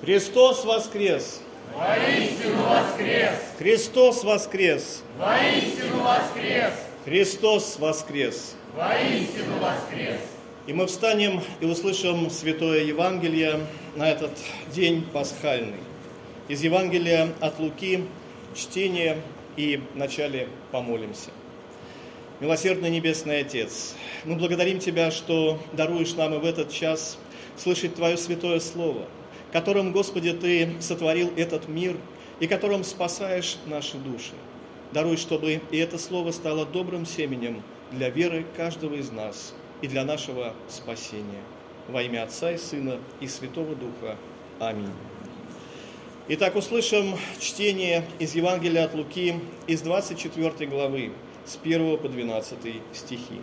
Христос воскрес! Воистину воскрес! Христос воскрес! Воистину воскрес! Христос воскрес! Воистину воскрес! И мы встанем и услышим Святое Евангелие на этот день пасхальный. Из Евангелия от Луки чтение и вначале помолимся. Милосердный Небесный Отец, мы благодарим Тебя, что даруешь нам и в этот час слышать Твое святое Слово, которым, Господи, Ты сотворил этот мир и которым спасаешь наши души. Даруй, чтобы и это Слово стало добрым семенем для веры каждого из нас и для нашего спасения. Во имя Отца и Сына и Святого Духа. Аминь. Итак, услышим чтение из Евангелия от Луки из 24 главы, с 1 по 12 стихи.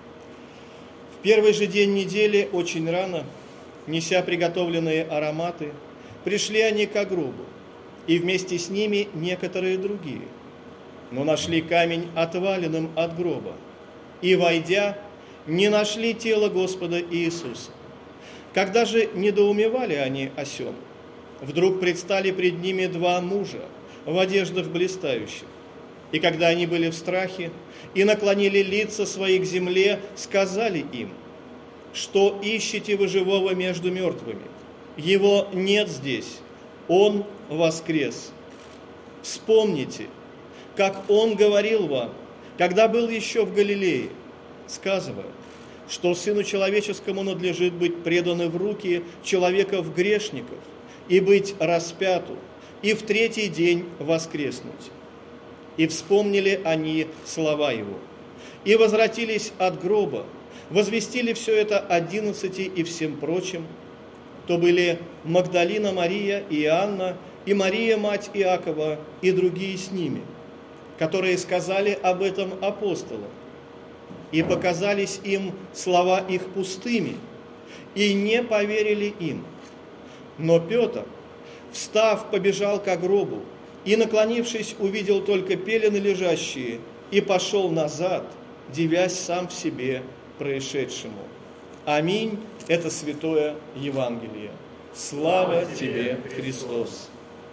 В первый же день недели, очень рано, неся приготовленные ароматы, пришли они к гробу, и вместе с ними некоторые другие. Но нашли камень отваленным от гроба, и, войдя, не нашли тело Господа Иисуса. Когда же недоумевали они о сем, вдруг предстали пред ними два мужа в одеждах блистающих. И когда они были в страхе и наклонили лица свои к земле, сказали им: что ищете вы живого между мертвыми? Его нет здесь, он воскрес. Вспомните, как он говорил вам, когда был еще в Галилее, сказывая, что Сыну Человеческому надлежит быть преданы в руки человеков-грешников и быть распяту, и в третий день воскреснуть. И вспомнили они слова его, и возвратились от гроба, возвестили все это 11 и всем прочим. То были Магдалина Мария и Иоанна, и Мария, мать Иакова, и другие с ними, которые сказали об этом апостолам. И показались им слова их пустыми, и не поверили им. Но Петр, встав, побежал ко гробу, и, наклонившись, увидел только пелены лежащие, и пошел назад, дивясь сам в себе происшедшему. Аминь. Это святое Евангелие. Слава Тебе, Христос!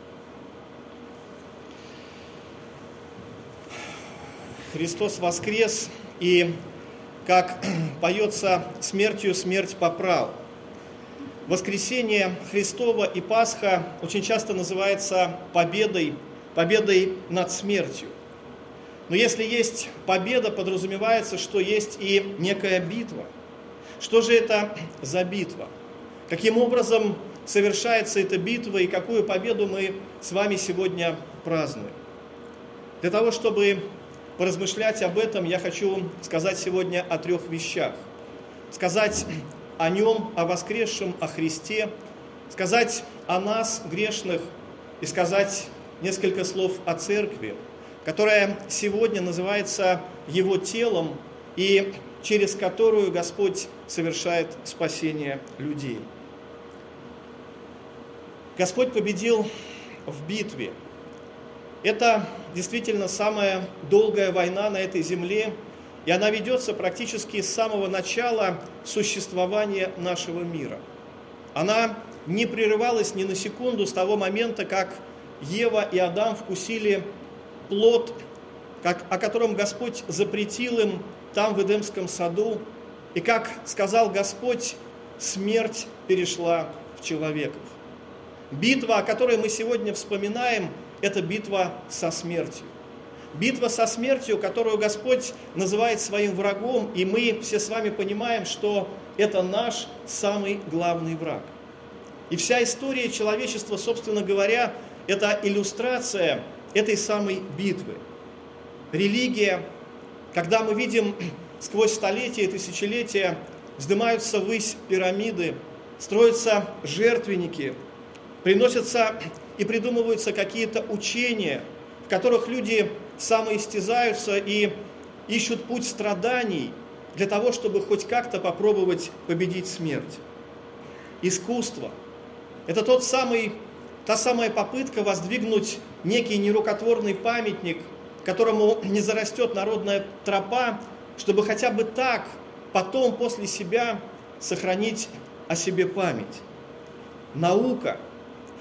Христос воскрес, и, как поется, смертью смерть поправ. Воскресение Христово и Пасха очень часто называется победой над смертью. Но если есть победа, подразумевается, что есть и некая битва. Что же это за битва? Каким образом совершается эта битва и какую победу мы с вами сегодня празднуем? Для того, чтобы поразмышлять об этом, я хочу сказать сегодня о 3 вещах. Сказать о Нем, о воскресшем, о Христе, сказать о нас, грешных, и сказать несколько слов о Церкви, которая сегодня называется Его телом и через которую Господь совершает спасение людей. Господь победил в битве. Это действительно самая долгая война на этой земле, и она ведется практически с самого начала существования нашего мира. Она не прерывалась ни на секунду с того момента, как Ева и Адам вкусили плод, о котором Господь запретил им там, в Эдемском саду, и, как сказал Господь, смерть перешла в человеков. Битва, о которой мы сегодня вспоминаем, это битва со смертью. Битва со смертью, которую Господь называет своим врагом, и мы все с вами понимаем, что это наш самый главный враг. И вся история человечества, собственно говоря, это иллюстрация этой самой битвы. Религия, когда мы видим сквозь столетия и тысячелетия, вздымаются ввысь пирамиды, строятся жертвенники, приносятся и придумываются какие-то учения, в которых люди самоистязаются и ищут путь страданий для того, чтобы хоть как-то попробовать победить смерть. Искусство – это та самая попытка воздвигнуть некий нерукотворный памятник, которому не зарастет народная тропа, чтобы хотя бы так потом после себя сохранить о себе память. Наука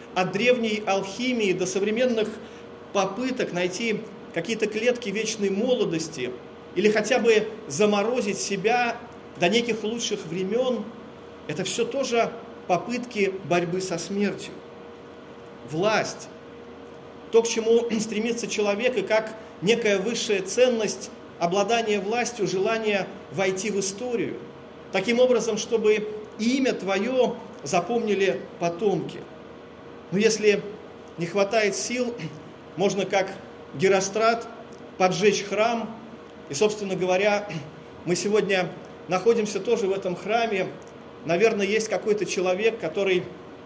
от древней алхимии до современных попыток найти какие-то клетки вечной молодости или хотя бы заморозить себя до неких лучших времен, это все тоже попытки борьбы со смертью. Власть, то, к чему стремится человек, и как некая высшая ценность обладание властью, желание войти в историю, таким образом, чтобы имя твое запомнили потомки. Но если не хватает сил, можно как Герострат поджечь храм. И, собственно говоря, мы сегодня находимся тоже в этом храме. Наверное, есть какой-то человек, который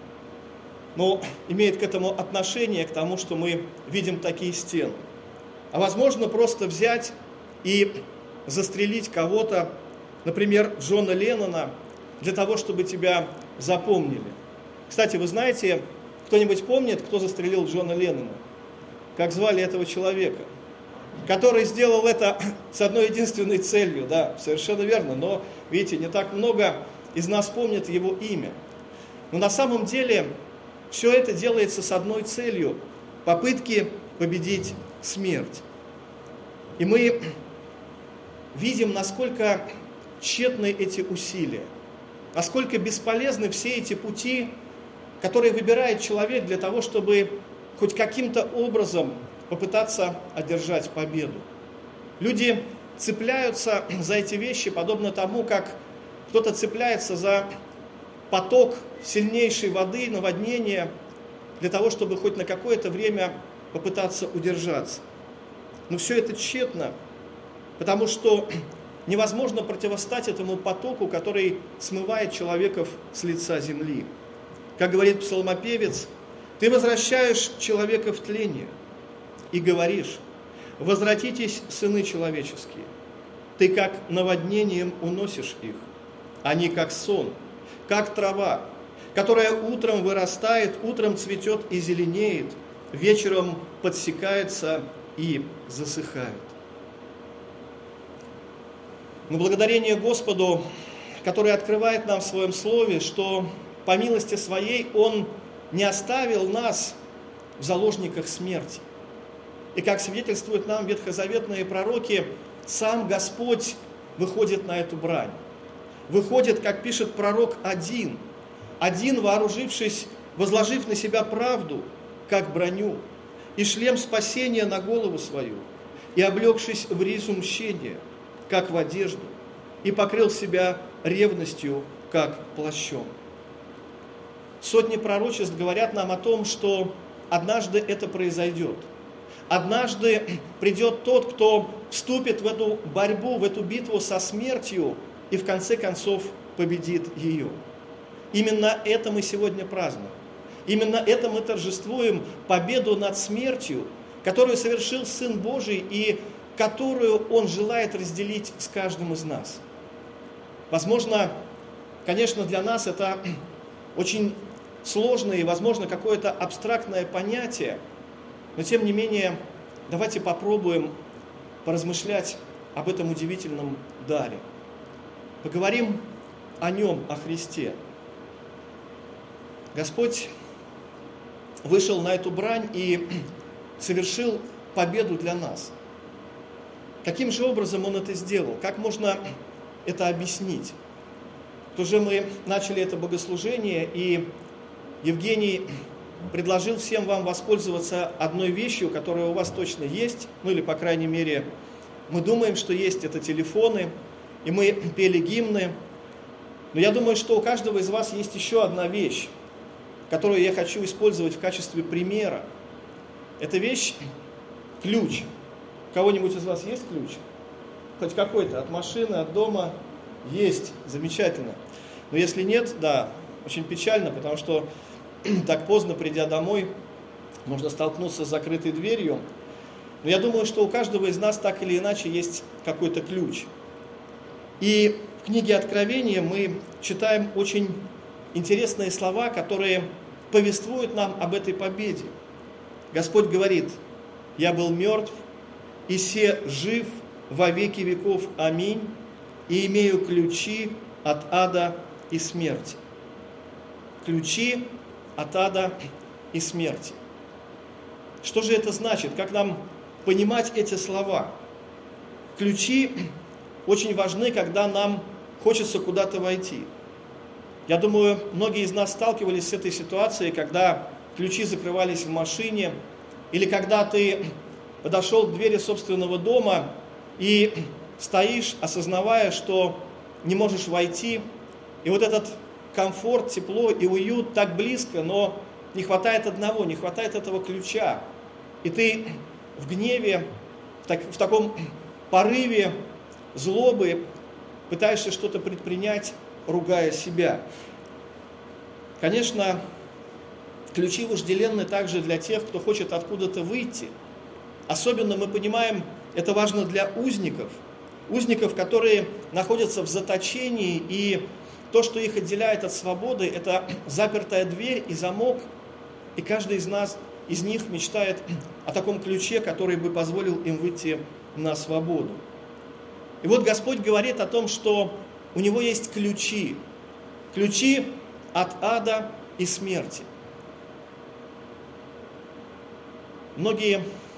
имеет к этому отношение, к тому, что мы видим такие стены. А возможно, просто взять и застрелить кого-то, например, Джона Леннона, для того, чтобы тебя запомнили. Кстати, вы знаете, кто-нибудь помнит, кто застрелил Джона Леннона? Как звали этого человека? Который сделал это с одной единственной целью, да, совершенно верно, но, видите, не так много из нас помнит его имя. Но на самом деле все это делается с одной целью – попытки победить смерть. И мы видим, насколько тщетны эти усилия, насколько бесполезны все эти пути, которые выбирает человек для того, чтобы хоть каким-то образом попытаться одержать победу. Люди цепляются за эти вещи, подобно тому, как кто-то цепляется за поток сильнейшей воды, наводнения, для того, чтобы хоть на какое-то время попытаться удержаться. Но все это тщетно, потому что невозможно противостать этому потоку, который смывает человеков с лица земли. Как говорит псалмопевец, ты возвращаешь человека в тление и говоришь: возвратитесь, сыны человеческие. Ты как наводнением уносишь их. Они как сон, как трава, которая утром вырастает, утром цветет и зеленеет, вечером подсекается и засыхает. Но благодарение Господу, который открывает нам в Своем Слове, что по милости Своей Он не оставил нас в заложниках смерти. И как свидетельствуют нам ветхозаветные пророки, сам Господь выходит на эту брань. Выходит, как пишет пророк, один, вооружившись, возложив на себя правду, как броню, и шлем спасения на голову свою, и облегшись в ризу мщения, как в одежду, и покрыл себя ревностью, как плащом. Сотни пророчеств говорят нам о том, что однажды это произойдет. Однажды придет тот, кто вступит в эту борьбу, в эту битву со смертью и в конце концов победит ее. Именно это мы сегодня празднуем. Именно это мы торжествуем победу над смертью, которую совершил Сын Божий и которую Он желает разделить с каждым из нас. Возможно, конечно, для нас это очень сложное и, возможно, какое-то абстрактное понятие, но тем не менее, давайте попробуем поразмышлять об этом удивительном даре. Поговорим о Нем, о Христе. Господь вышел на эту брань и совершил победу для нас. Каким же образом Он это сделал? Как можно это объяснить? Уже мы начали это богослужение, и Евгений предложил всем вам воспользоваться одной вещью, которая у вас точно есть, или, по крайней мере, мы думаем, что есть, это телефоны, и мы пели гимны. Но я думаю, что у каждого из вас есть еще одна вещь, которую я хочу использовать в качестве примера. Эта вещь – ключ. У кого-нибудь из вас есть ключ? Хоть какой-то, от машины, от дома? Есть, замечательно. Но если нет, да, очень печально, потому что так поздно, придя домой, можно столкнуться с закрытой дверью. Но я думаю, что у каждого из нас так или иначе есть какой-то ключ. И в книге Откровения мы читаем очень интересные слова, которые повествуют нам об этой победе. Господь говорит: «Я был мертв, и се жив во веки веков. Аминь, и имею ключи от ада и смерти». Ключи от ада и смерти. Что же это значит? Как нам понимать эти слова? Ключи очень важны, когда нам хочется куда-то войти. Я думаю, многие из нас сталкивались с этой ситуацией, когда ключи закрывались в машине, или когда ты подошел к двери собственного дома и стоишь, осознавая, что не можешь войти, и вот этот комфорт, тепло и уют так близко, но не хватает одного, не хватает этого ключа. И ты в гневе, в таком порыве злобы пытаешься что-то предпринять, ругая себя. Конечно, ключи вожделенны также для тех, кто хочет откуда-то выйти. Особенно мы понимаем, это важно для узников, которые находятся в заточении, и то, что их отделяет от свободы, это запертая дверь и замок, и каждый из них мечтает о таком ключе, который бы позволил им выйти на свободу. И вот Господь говорит о том, что у Него есть ключи от ада и смерти. Многие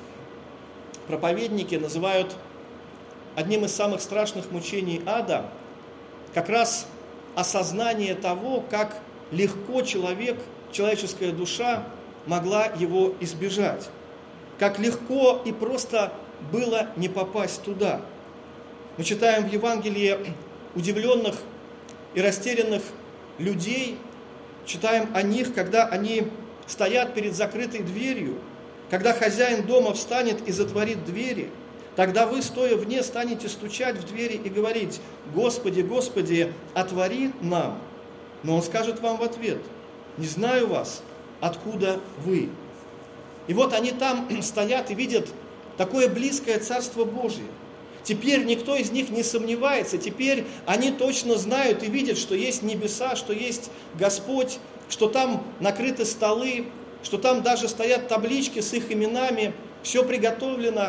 проповедники называют одним из самых страшных мучений ада как раз осознание того, как легко человеческая душа могла его избежать. Как легко и просто было не попасть туда. Мы читаем в Евангелии удивленных и растерянных людей, читаем о них, когда они стоят перед закрытой дверью, когда хозяин дома встанет и затворит двери. Тогда вы, стоя вне, станете стучать в двери и говорить: «Господи, Господи, отвори нам». Но Он скажет вам в ответ: «Не знаю вас, откуда вы». И вот они там стоят и видят такое близкое Царство Божие. Теперь никто из них не сомневается, теперь они точно знают и видят, что есть небеса, что есть Господь, что там накрыты столы, что там даже стоят таблички с их именами, все приготовлено,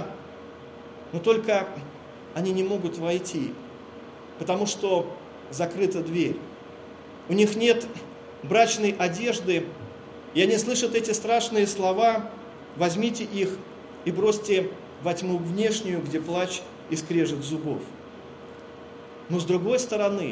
но только они не могут войти, потому что закрыта дверь. У них нет брачной одежды, и они слышат эти страшные слова: «Возьмите их и бросьте во тьму внешнюю, где плач и скрежет зубов». Но с другой стороны,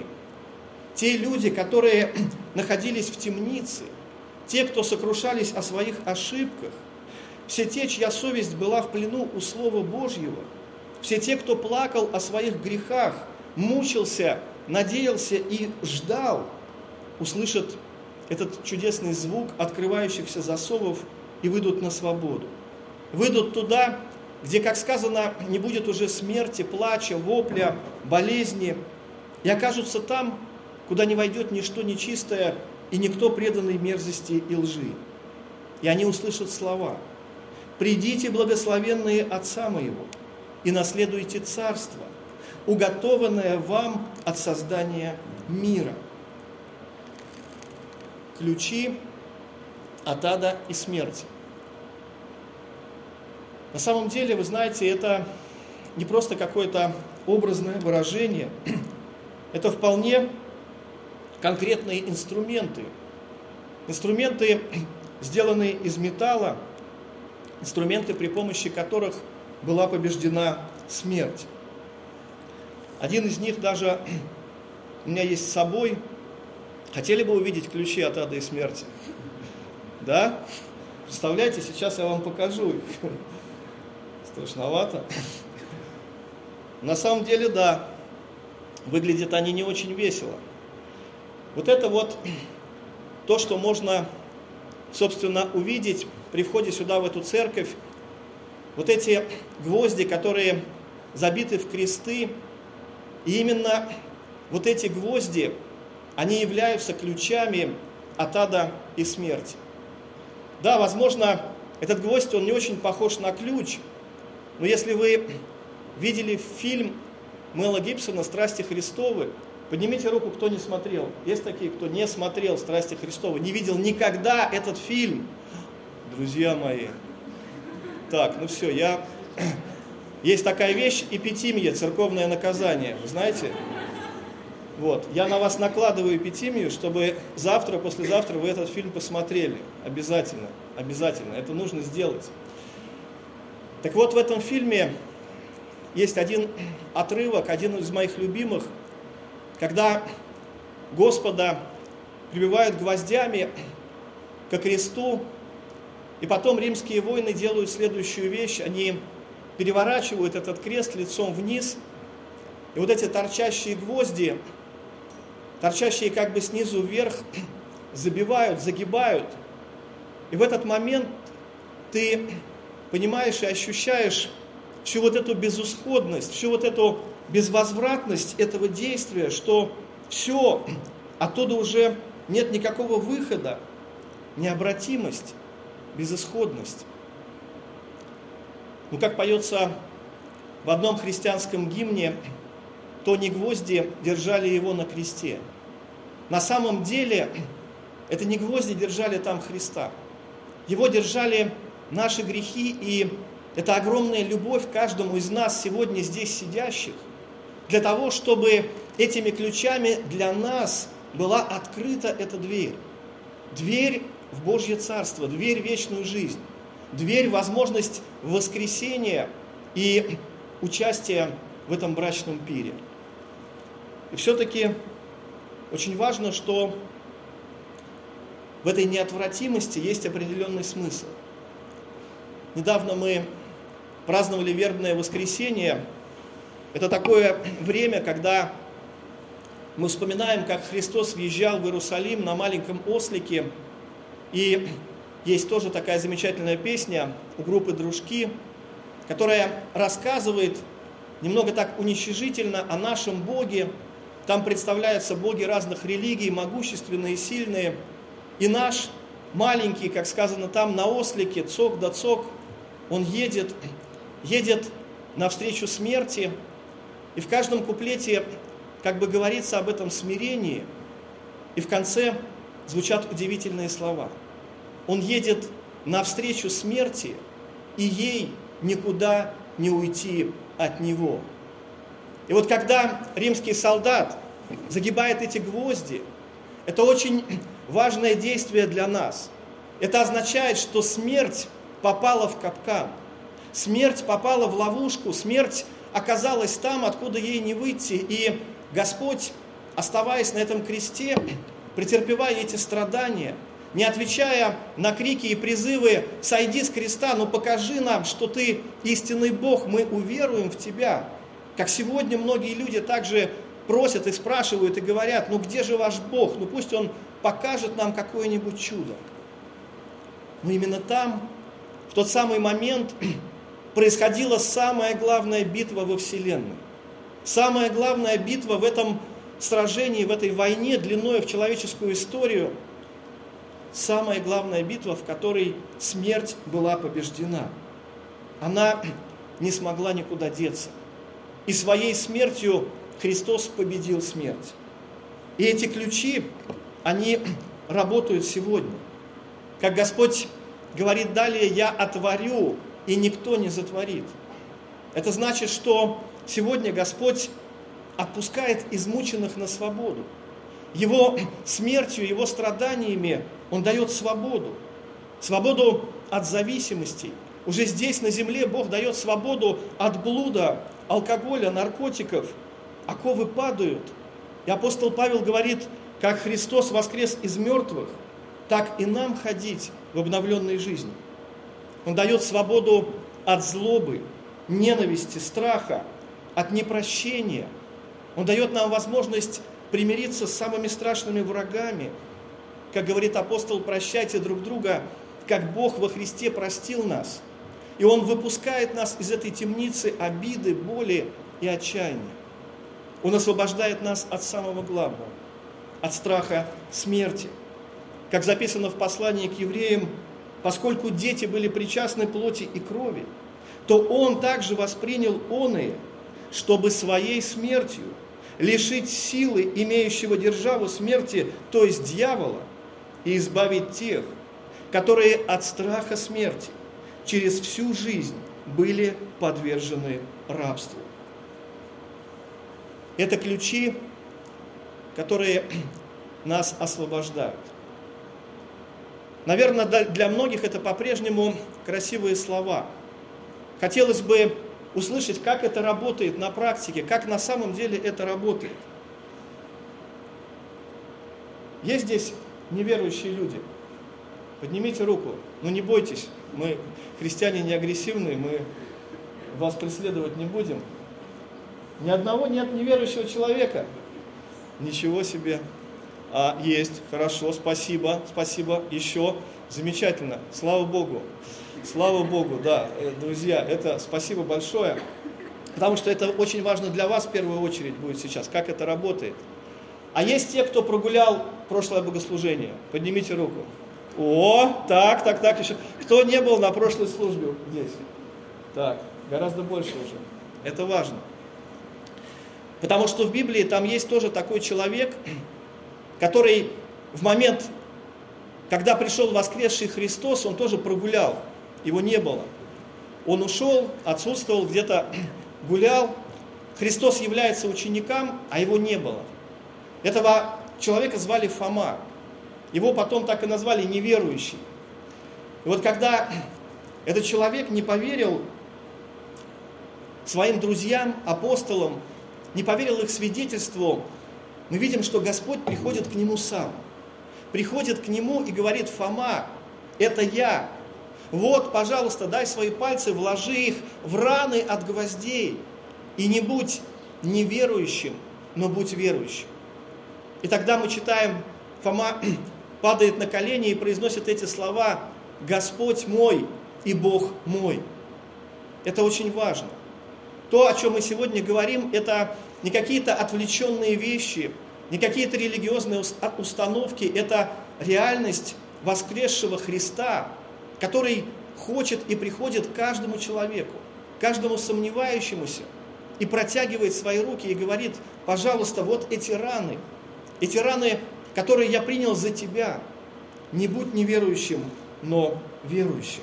те люди, которые находились в темнице, те, кто сокрушались о своих ошибках, все те, чья совесть была в плену у Слова Божьего, все те, кто плакал о своих грехах, мучился, надеялся и ждал, услышат этот чудесный звук открывающихся засовов и выйдут на свободу. Выйдут туда, где, как сказано, не будет уже смерти, плача, вопля, болезни, и окажутся там, куда не войдет ничто нечистое и никто преданный мерзости и лжи. И они услышат слова: «Придите, благословенные Отца Моего, и наследуйте Царство, уготованное вам от создания мира». Ключи от ада и смерти. На самом деле, вы знаете, это не просто какое-то образное выражение, это вполне конкретные инструменты. Инструменты, сделанные из металла, инструменты, при помощи которых была побеждена смерть. Один из них даже у меня есть с собой. Хотели бы увидеть ключи от ада и смерти? Да? Представляете, сейчас я вам покажу их. Страшновато. На самом деле, да, выглядят они не очень весело. Вот это вот то, что можно, собственно, увидеть при входе сюда, в эту церковь. Вот эти гвозди, которые забиты в кресты, и именно вот эти гвозди, они являются ключами от ада и смерти. Да, возможно, этот гвоздь, он не очень похож на ключ, но если вы видели фильм Мела Гибсона «Страсти Христовы», поднимите руку, кто не смотрел. Есть такие, кто не смотрел «Страсти Христовы», не видел никогда этот фильм. Друзья мои. Так, ну все, есть такая вещь — эпитимия, церковное наказание, вы знаете? Вот. Я на вас накладываю эпитимию, чтобы завтра, послезавтра вы этот фильм посмотрели. Обязательно, обязательно. Это нужно сделать. Так вот, в этом фильме есть один отрывок, один из моих любимых, когда Господа прибивают гвоздями ко кресту, и потом римские воины делают следующую вещь. Они переворачивают этот крест лицом вниз, и вот эти торчащие гвозди, торчащие как бы снизу вверх, забивают, загибают. И в этот момент ты понимаешь и ощущаешь всю вот эту безысходность, всю вот эту безвозвратность этого действия, что все, оттуда уже нет никакого выхода, необратимость, безысходность. Ну, как поется в одном христианском гимне, то не гвозди держали его на кресте. На самом деле, это не гвозди держали там Христа. Его держали наши грехи, и это огромная любовь каждому из нас сегодня здесь сидящих, для того, чтобы этими ключами для нас была открыта эта дверь. Дверь в Божье Царство, дверь в вечную жизнь, дверь в возможность воскресения и участия в этом брачном пире. И все-таки очень важно, что в этой неотвратимости есть определенный смысл. Недавно мы праздновали вербное воскресенье. Это такое время, когда мы вспоминаем, как Христос въезжал в Иерусалим на маленьком ослике. И есть тоже такая замечательная песня у группы «Дружки», которая рассказывает немного так уничижительно о нашем Боге. Там представляются боги разных религий, могущественные, сильные. И наш маленький, как сказано там, на ослике, цок да цок, он едет навстречу смерти. И в каждом куплете как бы говорится об этом смирении. И в конце звучат удивительные слова. Он едет навстречу смерти, и ей никуда не уйти от него. И вот когда римский солдат загибает эти гвозди, это очень важное действие для нас. Это означает, что смерть попала в капкан, смерть попала в ловушку, смерть оказалась там, откуда ей не выйти. И Господь, оставаясь на этом кресте, претерпевая эти страдания, не отвечая на крики и призывы «Сойди с креста, но покажи нам, что ты истинный Бог, мы уверуем в тебя». Как сегодня многие люди также просят и спрашивают и говорят: ну где же ваш Бог? Ну пусть Он покажет нам какое-нибудь чудо. Но именно там, в тот самый момент, происходила самая главная битва во Вселенной. Самая главная битва в этом сражении, в этой войне длиною в человеческую историю. Самая главная битва, в которой смерть была побеждена. Она не смогла никуда деться. И своей смертью Христос победил смерть. И эти ключи, они работают сегодня. Как Господь говорит далее: «Я отворю, и никто не затворит». Это значит, что сегодня Господь отпускает измученных на свободу. Его смертью, Его страданиями Он дает свободу. Свободу от зависимостей. Уже здесь, на земле, Бог дает свободу от блуда, алкоголя, наркотиков. Оковы падают. И апостол Павел говорит: как Христос воскрес из мертвых, так и нам ходить в обновленной жизни. Он дает свободу от злобы, ненависти, страха, от непрощения. Он дает нам возможность примириться с самыми страшными врагами. Как говорит апостол: прощайте друг друга, как Бог во Христе простил нас. И Он выпускает нас из этой темницы обиды, боли и отчаяния. Он освобождает нас от самого главного, от страха смерти. Как записано в послании к евреям: поскольку дети были причастны плоти и крови, то Он также воспринял оные, чтобы своей смертью лишить силы имеющего державу смерти, то есть дьявола, и избавить тех, которые от страха смерти через всю жизнь были подвержены рабству. Это ключи, которые нас освобождают. Наверное, для многих это по-прежнему красивые слова. Хотелось бы услышать, как это работает на практике, как на самом деле это работает. Есть здесь неверующие люди? Поднимите руку. Ну не бойтесь, мы христиане не агрессивные, мы вас преследовать не будем. Ни одного нет неверующего человека. Ничего себе. Есть, хорошо, спасибо, еще. Замечательно, слава Богу. Слава Богу, да, друзья, это спасибо большое. Потому что это очень важно для вас в первую очередь будет сейчас, как это работает. А есть те, кто прогулял прошлое богослужение? Поднимите руку. Так, еще. Кто не был на прошлой службе здесь? Так, гораздо больше уже. Это важно. Потому что в Библии там есть тоже такой человек, который в момент, когда пришел воскресший Христос, он тоже прогулял. Его не было. Он ушел, отсутствовал, где-то гулял. Христос является ученикам, а его не было. Этого человека звали Фома. Его потом так и назвали неверующий. И вот когда этот человек не поверил своим друзьям, апостолам, не поверил их свидетельству, мы видим, что Господь приходит к нему сам. Приходит к нему и говорит: Фома, это я. Вот, пожалуйста, дай свои пальцы, вложи их в раны от гвоздей. И не будь неверующим, но будь верующим. И тогда мы читаем, Фома падает на колени и произносит эти слова: Господь мой и Бог мой. Это очень важно. То, о чем мы сегодня говорим, это не какие-то отвлеченные вещи, не какие-то религиозные установки, это реальность воскресшего Христа, который хочет и приходит к каждому человеку, каждому сомневающемуся, и протягивает свои руки и говорит: пожалуйста, вот эти раны, которые я принял за тебя. Не будь неверующим, но верующим.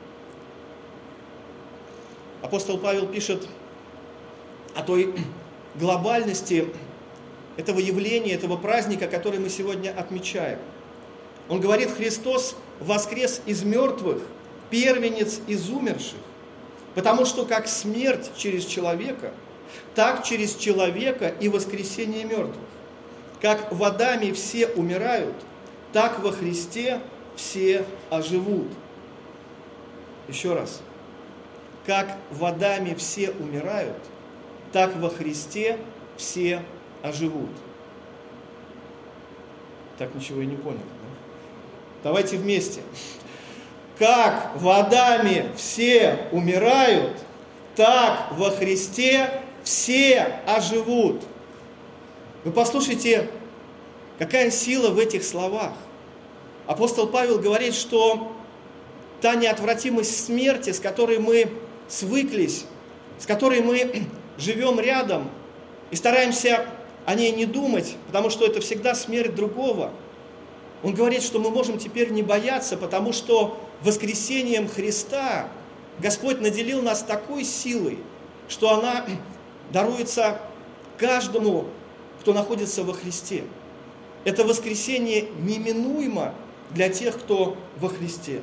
Апостол Павел пишет о той глобальности этого явления, этого праздника, который мы сегодня отмечаем. Он говорит: Христос воскрес из мертвых, первенец из умерших, потому что как смерть через человека, так через человека и воскресение мертвых. Как в Адаме все умирают, так во Христе все оживут. Еще раз. Как в Адаме все умирают, так во Христе все оживут. Так ничего и не понял. Да? Давайте вместе. Как в Адаме все умирают, так во Христе все оживут. Вы послушайте, какая сила в этих словах. Апостол Павел говорит, что та неотвратимость смерти, с которой мы свыклись, с которой мы живем рядом и стараемся о ней не думать, потому что это всегда смерть другого. Он говорит, что мы можем теперь не бояться, потому что воскресением Христа Господь наделил нас такой силой, что она даруется каждому, кто находится во Христе. Это воскресение неминуемо для тех, кто во Христе.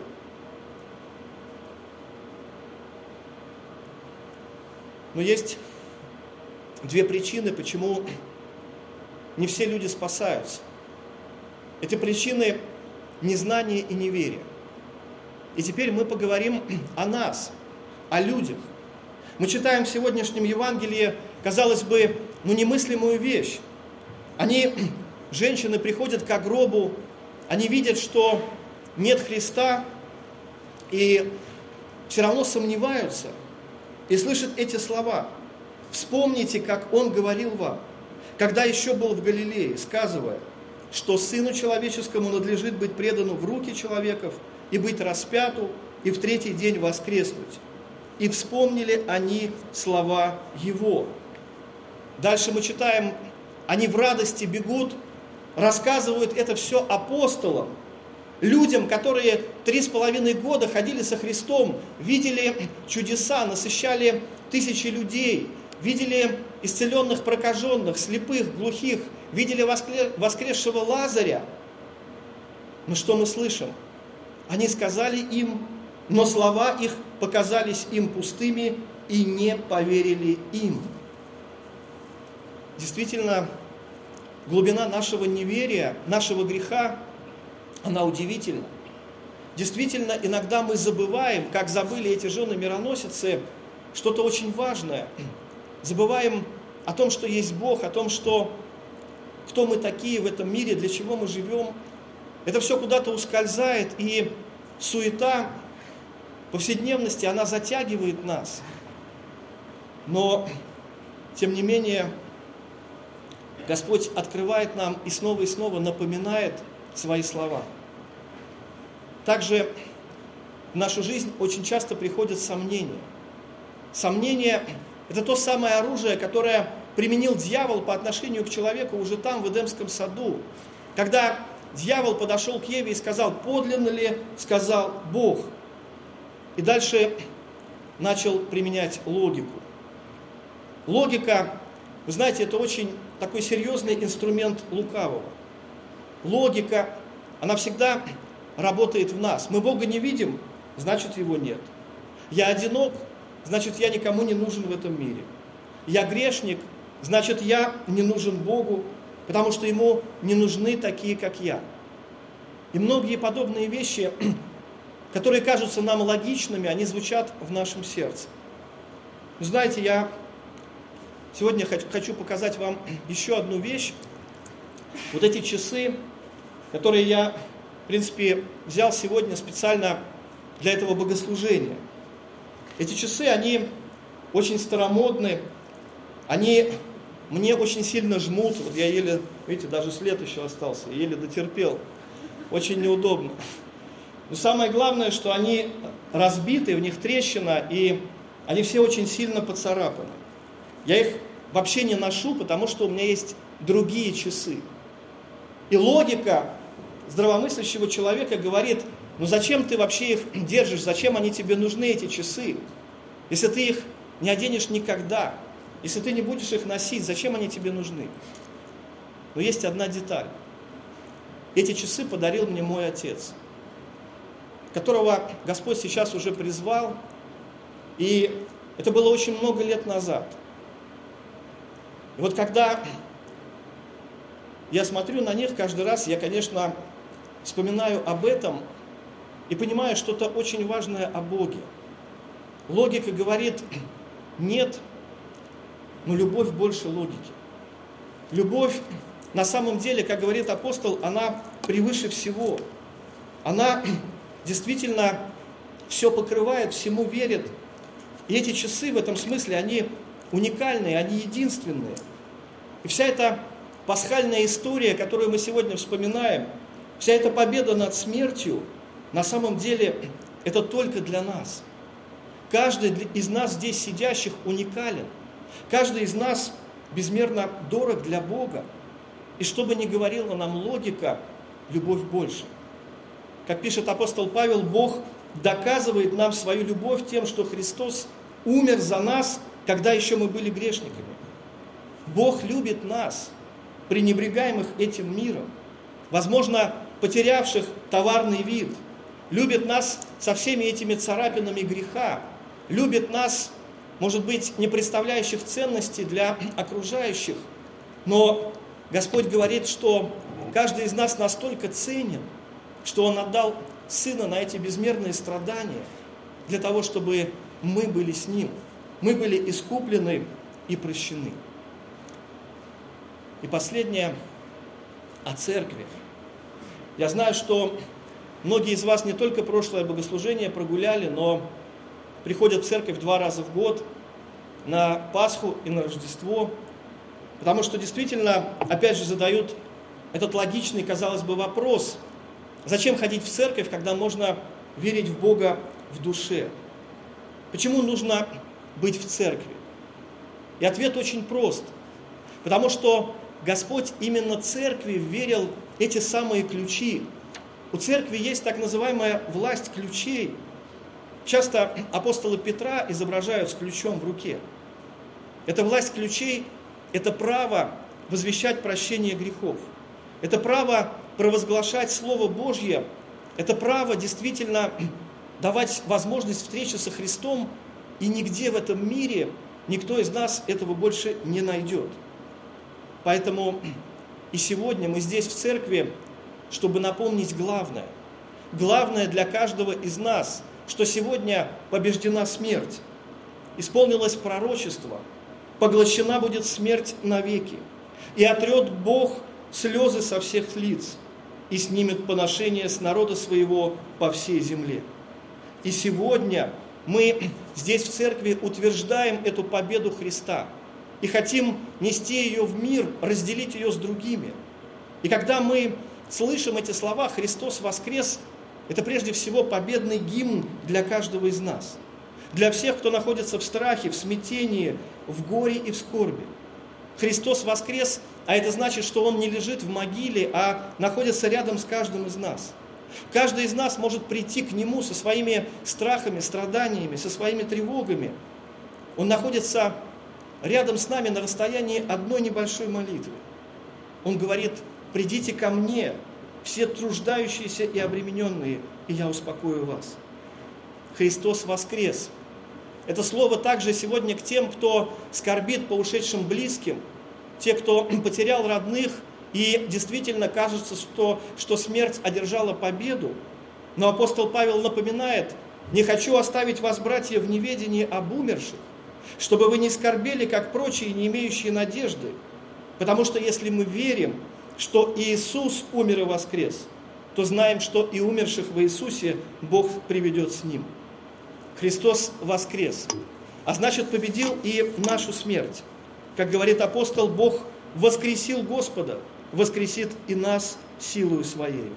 Но есть две причины, почему не все люди спасаются. Эти причины – незнание и неверие. И теперь мы поговорим о нас, о людях. Мы читаем в сегодняшнем Евангелии, казалось бы, немыслимую вещь. Женщины приходят к гробу, они видят, что нет Христа, и все равно сомневаются, и слышат эти слова. Вспомните, как Он говорил вам, когда еще был в Галилее, сказывая, что Сыну Человеческому надлежит быть предану в руки человеков и быть распяту, и в третий день воскреснуть. И вспомнили они слова Его. Дальше мы читаем, они в радости бегут, рассказывают это все апостолам, людям, которые 3,5 года ходили со Христом, видели чудеса, насыщали тысячи людей, видели исцеленных, прокаженных, слепых, глухих видели воскресшего Лазаря. Но что мы слышим? Они сказали им, но слова их показались им пустыми и не поверили им. Действительно, глубина нашего неверия, нашего греха, она удивительна. Действительно, иногда мы забываем, как забыли эти жены-мироносицы, что-то очень важное. Забываем о том, что есть Бог, о том, что кто мы такие в этом мире, для чего мы живем. Это все куда-то ускользает, и суета повседневности, она затягивает нас. Но, тем не менее, Господь открывает нам и снова напоминает свои слова. Также в нашу жизнь очень часто приходят сомнения. Сомнения – это то самое оружие, которое применил дьявол по отношению к человеку уже там, в Эдемском саду. Когда дьявол подошел к Еве и сказал: «Подлинно ли сказал Бог?» И дальше начал применять логику. Логика, вы знаете, это очень такой серьезный инструмент лукавого. Логика, она всегда работает в нас. Мы Бога не видим, значит Его нет. Я одинок, значит я никому не нужен в этом мире. Я грешник, значит я не нужен Богу, потому что Ему не нужны такие, как я. И многие подобные вещи, которые кажутся нам логичными, они звучат в нашем сердце. Знаете, я сегодня хочу показать вам еще одну вещь. Вот эти часы, которые я, в принципе, взял сегодня специально для этого богослужения. Эти часы, они очень старомодны, они мне очень сильно жмут. Вот я еле, видите, даже след еще остался, я еле дотерпел. Очень неудобно. Но самое главное, что они разбиты, в них трещина, и они все очень сильно поцарапаны. Я их вообще не ношу, потому что у меня есть другие часы. И логика здравомыслящего человека говорит: ну зачем ты вообще их держишь, зачем они тебе нужны, эти часы? Если ты их не оденешь никогда, если ты не будешь их носить, зачем они тебе нужны? Но есть одна деталь. Эти часы подарил мне мой отец, которого Господь сейчас уже призвал, и это было очень много лет назад. И вот когда я смотрю на них каждый раз, я, конечно, вспоминаю об этом и понимаю что-то очень важное о Боге. Логика говорит: нет, но любовь больше логики. Любовь, на самом деле, как говорит апостол, она превыше всего. Она действительно все покрывает, всему верит. И эти часы в этом смысле, они уникальные, они единственные. И вся эта пасхальная история, которую мы сегодня вспоминаем, вся эта победа над смертью, на самом деле, это только для нас. Каждый из нас здесь сидящих уникален. Каждый из нас безмерно дорог для Бога. И что бы ни говорила нам логика, любовь больше. Как пишет апостол Павел, Бог доказывает нам свою любовь тем, что Христос умер за нас, когда еще мы были грешниками. Бог любит нас, пренебрегаемых этим миром, возможно, потерявших товарный вид, любит нас со всеми этими царапинами греха, любит нас, может быть, не представляющих ценности для окружающих, но Господь говорит, что каждый из нас настолько ценен, что Он отдал Сына на эти безмерные страдания для того, чтобы мы были с Ним, мы были искуплены и прощены. И последнее о церкви. Я знаю, что многие из вас не только прошлое богослужение прогуляли, но приходят в церковь 2 раза в год, на Пасху и на Рождество, потому что действительно, опять же, задают этот логичный, казалось бы, вопрос: зачем ходить в церковь, когда можно верить в Бога в душе? Почему нужно быть в церкви? И ответ очень прост. Потому что Господь именно церкви верил эти самые ключи. У церкви есть так называемая власть ключей. Часто апостола Петра изображают с ключом в руке. Эта власть ключей – это право возвещать прощение грехов. Это право провозглашать Слово Божье. Это право действительно давать возможность встречи со Христом. И нигде в этом мире никто из нас этого больше не найдет. Поэтому и сегодня мы здесь в церкви, чтобы напомнить главное. Главное для каждого из нас, что сегодня побеждена смерть. Исполнилось пророчество. Поглощена будет смерть навеки. И отрет Бог слезы со всех лиц. И снимет поношение с народа своего по всей земле. И сегодня мы здесь в церкви утверждаем эту победу Христа. И хотим нести ее в мир, разделить ее с другими. И когда мы слышим эти слова «Христос воскрес», это прежде всего победный гимн для каждого из нас. Для всех, кто находится в страхе, в смятении, в горе и в скорби. Христос воскрес, а это значит, что Он не лежит в могиле, а находится рядом с каждым из нас. Каждый из нас может прийти к Нему со своими страхами, страданиями, со своими тревогами. Он находится рядом с нами на расстоянии одной небольшой молитвы. Он говорит: «Придите ко мне, все труждающиеся и обремененные, и я успокою вас». Христос воскрес. Это слово также сегодня к тем, кто скорбит по ушедшим близким, те, кто потерял родных, и действительно кажется, что смерть одержала победу. Но апостол Павел напоминает: «Не хочу оставить вас, братья, в неведении об умерших, чтобы вы не скорбели, как прочие, не имеющие надежды. Потому что если мы верим, что Иисус умер и воскрес, то знаем, что и умерших в Иисусе Бог приведет с Ним». Христос воскрес, а значит, победил и нашу смерть. Как говорит апостол, Бог воскресил Господа, воскресит и нас силою Своей.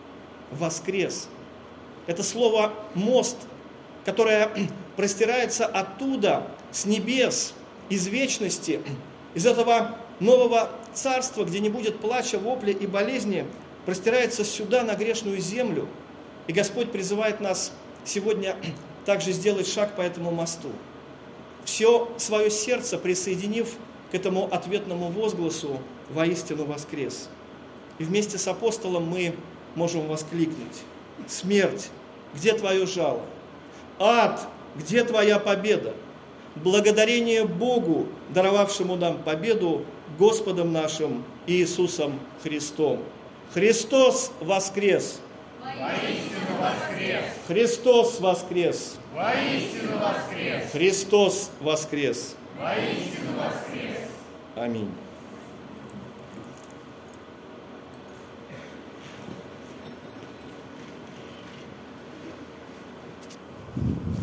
Воскрес. Это слово «мост», которое простирается оттуда, с небес, из вечности, из этого нового царства, где не будет плача, вопля и болезни, простирается сюда, на грешную землю. И Господь призывает нас сегодня также сделать шаг по этому мосту. Все свое сердце присоединив к этому ответному возгласу «Воистину воскрес». И вместе с апостолом мы можем воскликнуть: «Смерть, где твое жало? Ад, где твоя победа? Благодарение Богу, даровавшему нам победу, Господом нашим Иисусом Христом». Христос воскрес! Воистину воскрес! Христос воскрес! Воистину воскрес! Христос воскрес! Воистину воскрес! Аминь.